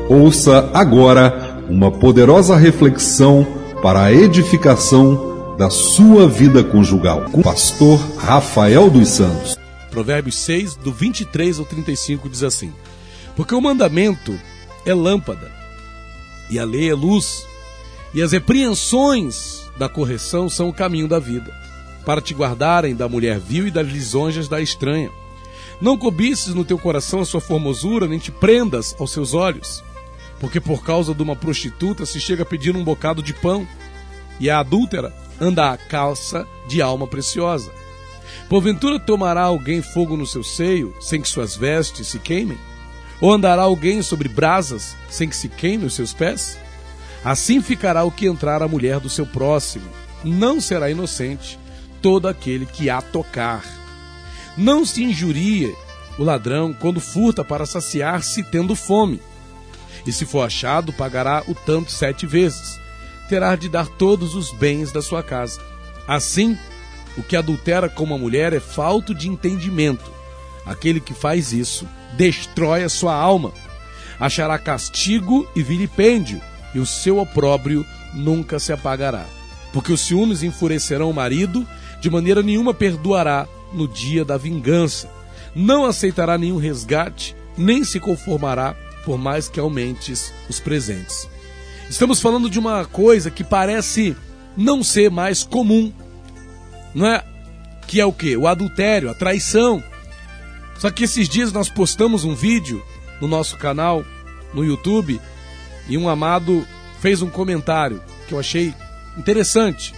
Ouça agora uma poderosa reflexão para a edificação da sua vida conjugal, com o pastor Rafael dos Santos. Provérbios 6, do 23 ao 35 diz assim: porque o mandamento é lâmpada, e a lei é luz, e as repreensões da correção são o caminho da vida, para te guardarem da mulher vil e das lisonjas da estranha. Não cobices no teu coração a sua formosura, nem te prendas aos seus olhos, porque por causa de uma prostituta se chega a pedir um bocado de pão, e a adúltera anda à calça de alma preciosa. Porventura tomará alguém fogo no seu seio, sem que suas vestes se queimem? Ou andará alguém sobre brasas, sem que se queimem os seus pés? Assim ficará o que entrar a mulher do seu próximo. Não será inocente todo aquele que a tocar. Não se injurie o ladrão quando furta para saciar-se tendo fome. E se for achado, pagará o tanto 7 vezes. Terá de dar todos os bens da sua casa. Assim, o que adultera com uma mulher é falto de entendimento. Aquele que faz isso destrói a sua alma. Achará castigo e vilipêndio, e o seu opróbrio nunca se apagará. Porque os ciúmes enfurecerão o marido, de maneira nenhuma perdoará no dia da vingança. Não aceitará nenhum resgate, nem se conformará, por mais que aumentes os presentes. Estamos falando de uma coisa que parece não ser mais comum, não é? Que é o quê? O adultério, a traição. Só que esses dias nós postamos um vídeo no nosso canal, no YouTube, e um amado fez um comentário que eu achei interessante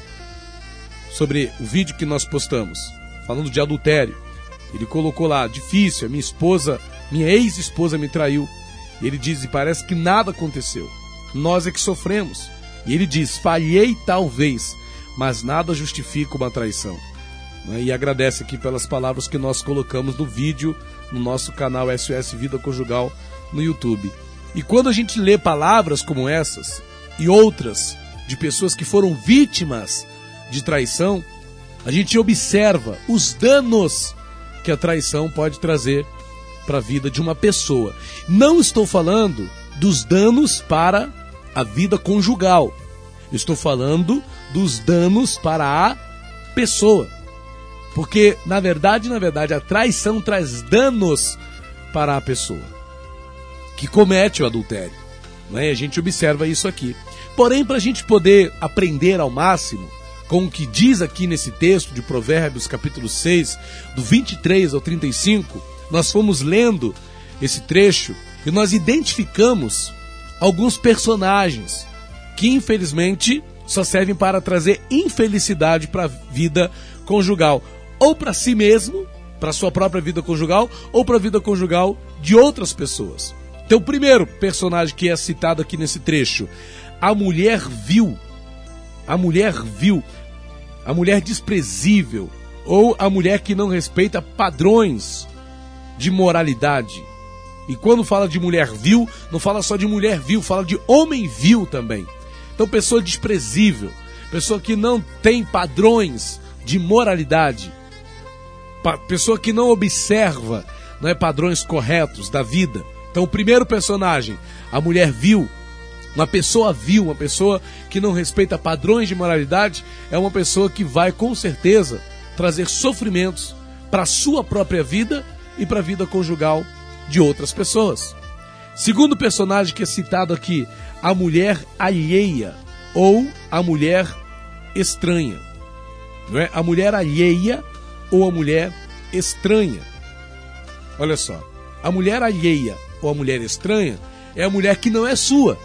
sobre o vídeo que nós postamos, falando de adultério. Ele colocou lá: difícil, minha ex-esposa me traiu. E ele diz: e parece que nada aconteceu, nós é que sofremos. E ele diz: falhei talvez, mas nada justifica uma traição. E agradece aqui pelas palavras que nós colocamos no vídeo, no nosso canal SOS Vida Conjugal no YouTube. E quando a gente lê palavras como essas e outras de pessoas que foram vítimas de traição, a gente observa os danos que a traição pode trazer para a vida de uma pessoa. Não estou falando dos danos para a vida conjugal. Estou falando dos danos para a pessoa. Porque, na verdade, a traição traz danos para a pessoa que comete o adultério. Né? E a gente observa isso aqui. Porém, para a gente poder aprender ao máximo com o que diz aqui nesse texto de Provérbios, capítulo 6, do 23 ao 35, nós fomos lendo esse trecho e nós identificamos alguns personagens que, infelizmente, só servem para trazer infelicidade para a vida conjugal. Ou para si mesmo, para a sua própria vida conjugal, ou para a vida conjugal de outras pessoas. Então, o primeiro personagem que é citado aqui nesse trecho, a mulher vil. A mulher vil, a mulher desprezível, ou a mulher que não respeita padrões de moralidade. E quando fala de mulher vil, não fala só de mulher vil, fala de homem vil também. Então, pessoa desprezível, pessoa que não tem padrões de moralidade, pessoa que não observa, não é, padrões corretos da vida. Então, o primeiro personagem, a mulher vil, uma pessoa vil, uma pessoa que não respeita padrões de moralidade, é uma pessoa que vai, com certeza, trazer sofrimentos para a sua própria vida e para a vida conjugal de outras pessoas. Segundo personagem que é citado aqui, a mulher alheia ou a mulher estranha. Não é? A mulher alheia ou a mulher estranha. Olha só, a mulher alheia ou a mulher estranha é a mulher que não é sua.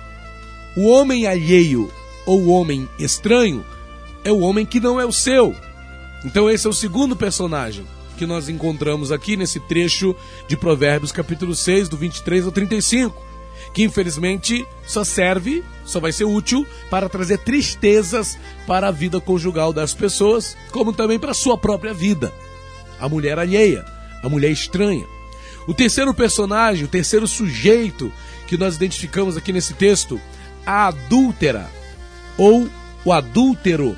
O homem alheio ou o homem estranho é o homem que não é o seu. Então esse é o segundo personagem que nós encontramos aqui nesse trecho de Provérbios capítulo 6, do 23 ao 35, que infelizmente só vai ser útil para trazer tristezas para a vida conjugal das pessoas, como também para a sua própria vida. A mulher alheia, a mulher estranha. O terceiro personagem, o terceiro sujeito que nós identificamos aqui nesse texto, a adúltera ou o adúltero.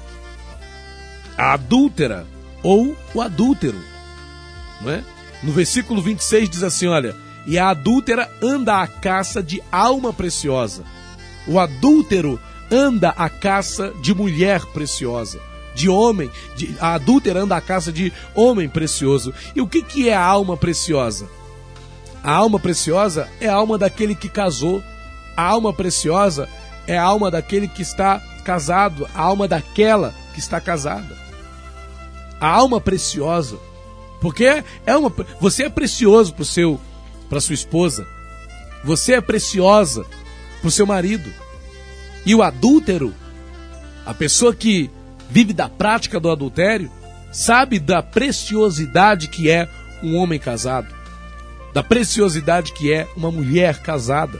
A adúltera ou o adúltero, não é? No versículo 26 diz assim, olha: E a adúltera anda à caça de alma preciosa. O adúltero anda à caça de mulher preciosa, de homem. A adúltera anda à caça de homem precioso. E o que é a alma preciosa? A alma preciosa é a alma daquele que casou. A alma preciosa é a alma daquele que está casado. A alma daquela que está casada. A alma preciosa. Porque você é precioso para sua esposa. Você é preciosa para o seu marido. E o adúltero, a pessoa que vive da prática do adultério, sabe da preciosidade que é um homem casado, da preciosidade que é uma mulher casada.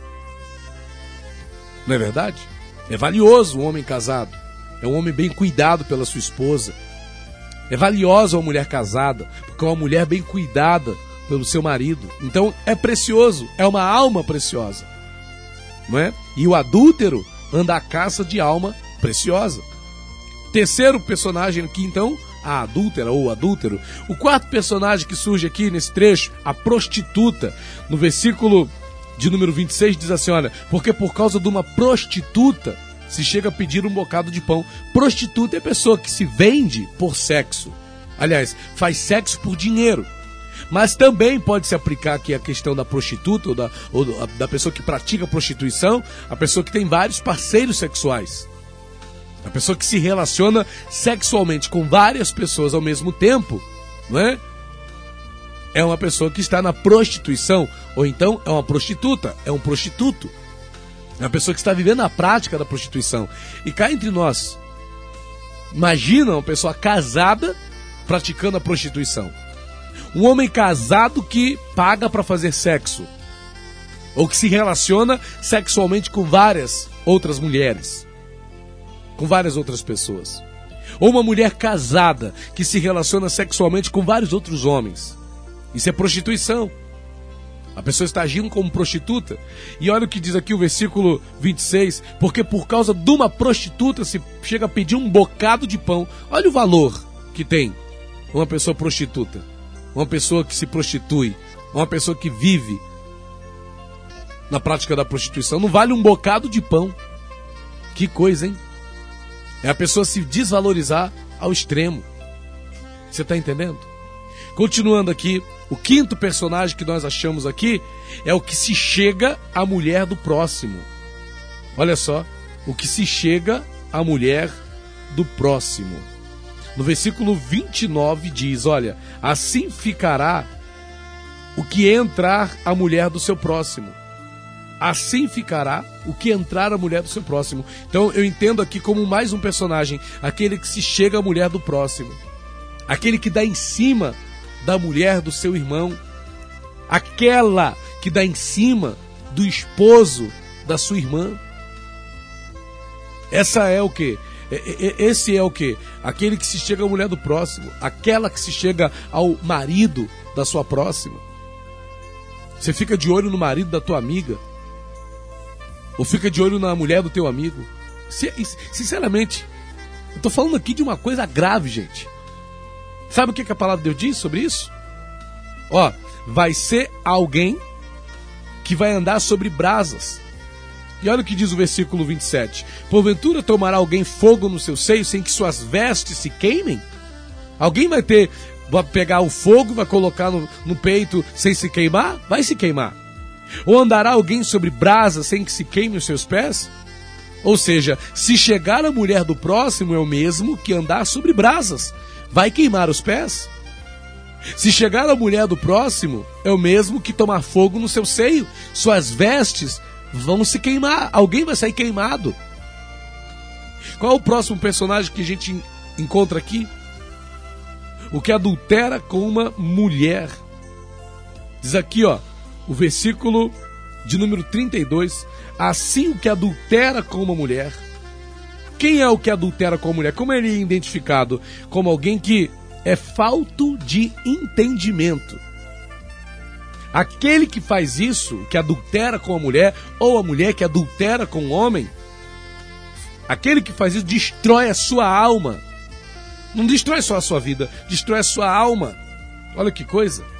Não é verdade? É valioso um homem casado, é um homem bem cuidado pela sua esposa. É valiosa uma mulher casada, porque é uma mulher bem cuidada pelo seu marido. Então é precioso, é uma alma preciosa, não é? E o adúltero anda à caça de alma preciosa. Terceiro personagem aqui, então, a adúltera ou adúltero. O quarto personagem que surge aqui nesse trecho, a prostituta. No versículo de número 26 diz assim, olha, porque por causa de uma prostituta se chega a pedir um bocado de pão. Prostituta é a pessoa que se vende por sexo. Aliás, faz sexo por dinheiro. Mas também pode se aplicar aqui a questão da prostituta ou da pessoa que pratica prostituição, a pessoa que tem vários parceiros sexuais. A pessoa que se relaciona sexualmente com várias pessoas ao mesmo tempo, não é? É uma pessoa que está na prostituição, ou então é uma prostituta, é um prostituto. É uma pessoa que está vivendo a prática da prostituição. E cá entre nós, imagina uma pessoa casada praticando a prostituição. Um homem casado que paga para fazer sexo, ou que se relaciona sexualmente com várias outras mulheres, com várias outras pessoas. Ou uma mulher casada que se relaciona sexualmente com vários outros homens. Isso é prostituição. A pessoa está agindo como prostituta. E olha o que diz aqui o versículo 26. Porque por causa de uma prostituta se chega a pedir um bocado de pão. Olha o valor que tem uma pessoa prostituta. Uma pessoa que se prostitui. Uma pessoa que vive na prática da prostituição. Não vale um bocado de pão. Que coisa, hein? É a pessoa se desvalorizar ao extremo. Você está entendendo? Continuando aqui, o quinto personagem que nós achamos aqui é o que se chega à mulher do próximo. Olha só, o que se chega à mulher do próximo. No versículo 29 diz, olha, assim ficará o que entrar a mulher do seu próximo. Assim ficará o que entrar a mulher do seu próximo. Então eu entendo aqui como mais um personagem, aquele que se chega à mulher do próximo. Aquele que dá em cima da mulher do seu irmão, aquela que dá em cima do esposo da sua irmã. Essa é o quê? Esse é o quê? Aquele que se chega à mulher do próximo, aquela que se chega ao marido da sua próxima. Você fica de olho no marido da tua amiga, ou fica de olho na mulher do teu amigo. Sinceramente, eu estou falando aqui de uma coisa grave, gente. Sabe o que a palavra de Deus diz sobre isso? Ó, vai ser alguém que vai andar sobre brasas. E olha o que diz o versículo 27. Porventura tomará alguém fogo no seu seio sem que suas vestes se queimem? Alguém vai pegar o fogo e vai colocar no peito sem se queimar? Vai se queimar. Ou andará alguém sobre brasas sem que se queime os seus pés? Ou seja, se chegar a mulher do próximo é o mesmo que andar sobre brasas. Vai queimar os pés? Se chegar a mulher do próximo, é o mesmo que tomar fogo no seu seio. Suas vestes vão se queimar. Alguém vai sair queimado. Qual é o próximo personagem que a gente encontra aqui? O que adultera com uma mulher. Diz aqui, ó, o versículo de número 32. Assim o que adultera com uma mulher. Quem é o que adultera com a mulher? Como ele é identificado? Como alguém que é falto de entendimento. Aquele que faz isso, que adultera com a mulher, ou a mulher que adultera com o homem, aquele que faz isso destrói a sua alma. Não destrói só a sua vida, destrói a sua alma. Olha que coisa.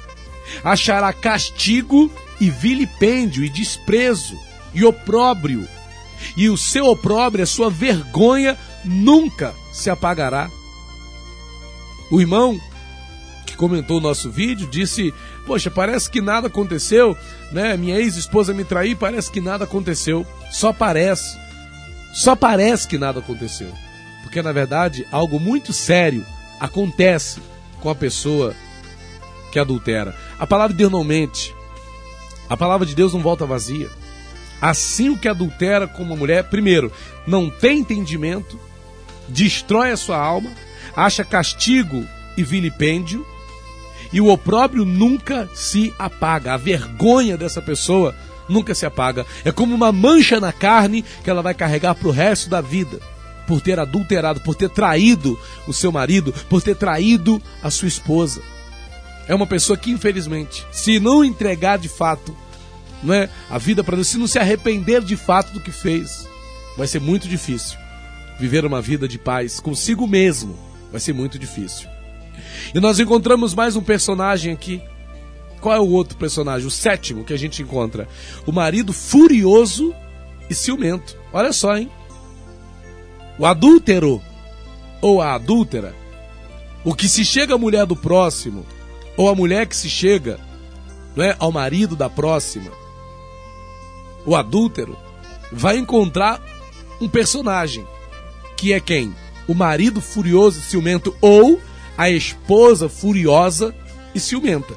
achará castigo e vilipêndio e desprezo e opróbrio. E o seu opróbrio, a sua vergonha, nunca se apagará. O irmão que comentou o nosso vídeo disse: poxa, parece que nada aconteceu, né? Minha ex-esposa me traiu, parece que nada aconteceu. Só parece que nada aconteceu. Porque na verdade algo muito sério acontece com a pessoa que adultera. A palavra de Deus não mente. A palavra de Deus não volta vazia. Assim, o que adultera com uma mulher, primeiro, não tem entendimento, destrói a sua alma, acha castigo e vilipêndio, e o opróbrio nunca se apaga. A vergonha dessa pessoa nunca se apaga. É como uma mancha na carne que ela vai carregar para o resto da vida, por ter adulterado, por ter traído o seu marido, por ter traído a sua esposa. É uma pessoa que, infelizmente, se não entregar de fato, não é, a vida para Deus, se não se arrepender de fato do que fez, vai ser muito difícil viver uma vida de paz consigo mesmo. Vai ser muito difícil. E nós encontramos mais um personagem aqui. Qual é o outro personagem? O sétimo que a gente encontra: o marido furioso e ciumento. Olha só, hein? O adúltero ou a adúltera, o que se chega à mulher do próximo, ou a mulher que se chega, não é, ao marido da próxima, o adúltero vai encontrar um personagem, que é quem? O marido furioso e ciumento, ou a esposa furiosa e ciumenta.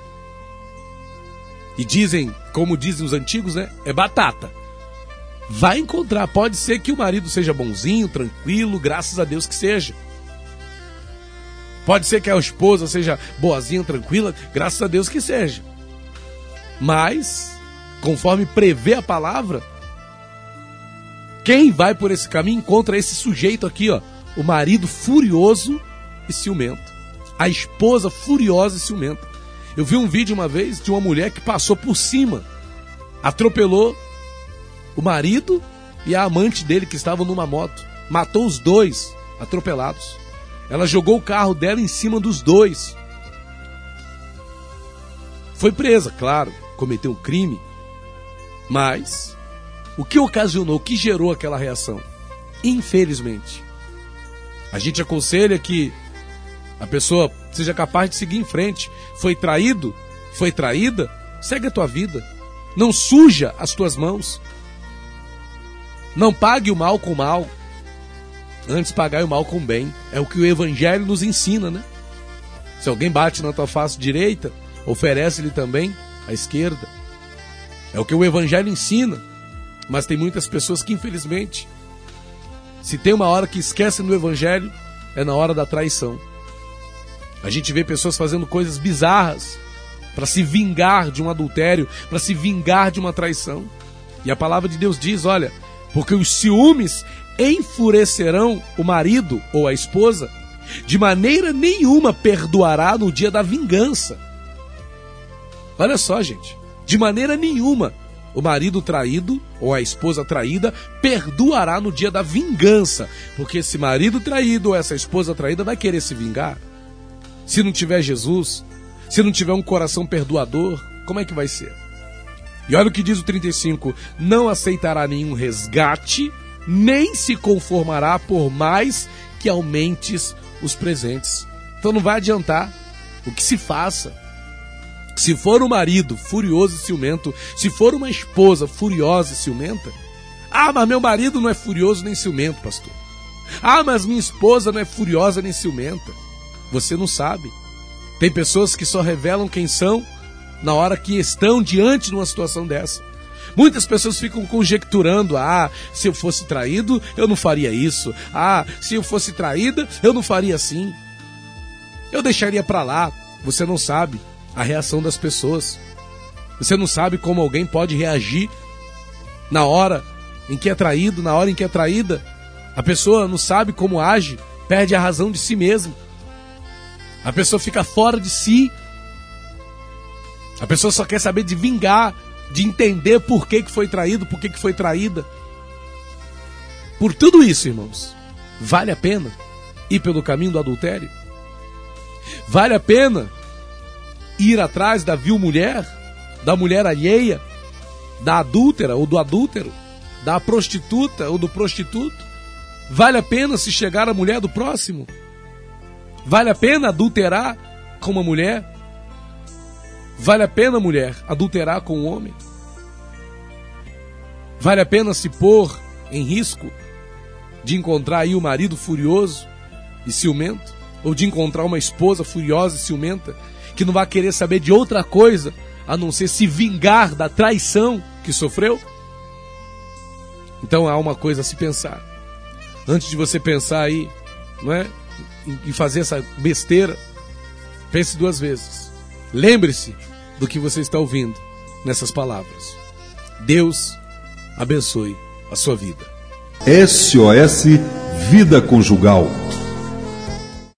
E dizem, como dizem os antigos, né? É batata. Vai encontrar, pode ser que o marido seja bonzinho, tranquilo, graças a Deus que seja. Pode ser que a esposa seja boazinha, tranquila, graças a Deus que seja. Mas, conforme prevê a palavra, quem vai por esse caminho encontra esse sujeito aqui, ó, o marido furioso e ciumento. A esposa furiosa e ciumenta. Eu vi um vídeo uma vez de uma mulher que passou por cima, atropelou o marido e a amante dele que estavam numa moto. Matou os dois atropelados. Ela jogou o carro dela em cima dos dois. Foi presa, claro, cometeu um crime. Mas o que ocasionou, o que gerou aquela reação? Infelizmente, a gente aconselha que a pessoa seja capaz de seguir em frente. Foi traído, foi traída, segue a tua vida. Não suja as tuas mãos. Não pague o mal com o mal. Antes pagai o mal com o bem. É o que o Evangelho nos ensina, né? Se alguém bate na tua face direita, oferece-lhe também a esquerda. É o que o Evangelho ensina. Mas tem muitas pessoas que, infelizmente, se tem uma hora que esquecem do Evangelho, é na hora da traição. A gente vê pessoas fazendo coisas bizarras para se vingar de um adultério, para se vingar de uma traição. E a palavra de Deus diz, olha, porque os ciúmes enfurecerão o marido ou a esposa, de maneira nenhuma perdoará no dia da vingança. Olha só, gente, de maneira nenhuma o marido traído ou a esposa traída perdoará no dia da vingança, porque esse marido traído ou essa esposa traída vai querer se vingar. Se não tiver Jesus, se não tiver um coração perdoador, como é que vai ser? E olha o que diz o 35, não aceitará nenhum resgate, nem se conformará por mais que aumentes os presentes. Então não vai adiantar o que se faça. Se for um marido furioso e ciumento, se for uma esposa furiosa e ciumenta, mas meu marido não é furioso nem ciumento, pastor. Mas minha esposa não é furiosa nem ciumenta. Você não sabe. Tem pessoas que só revelam quem são na hora que estão diante de uma situação dessa. Muitas pessoas ficam conjecturando, se eu fosse traído, eu não faria isso. Se eu fosse traída, eu não faria assim. Eu deixaria pra lá. Você não sabe a reação das pessoas. Você não sabe como alguém pode reagir na hora em que é traído, na hora em que é traída. A pessoa não sabe como age, perde a razão de si mesmo. A pessoa fica fora de si. A pessoa só quer saber de vingar, de entender por que foi traído, por que foi traída. Por tudo isso, irmãos, vale a pena ir pelo caminho do adultério? Vale a pena ir atrás da vil mulher, da mulher alheia, da adúltera ou do adúltero, da prostituta ou do prostituto? Vale a pena se chegar à mulher do próximo? Vale a pena adulterar com uma mulher? Vale a pena, mulher, adulterar com um homem? Vale a pena se pôr em risco de encontrar aí o marido furioso e ciumento? Ou de encontrar uma esposa furiosa e ciumenta que não vai querer saber de outra coisa a não ser se vingar da traição que sofreu? Então há uma coisa a se pensar. Antes de você pensar aí, não é, em fazer essa besteira, pense duas vezes. Lembre-se do que você está ouvindo nessas palavras. Deus abençoe a sua vida. SOS Vida Conjugal.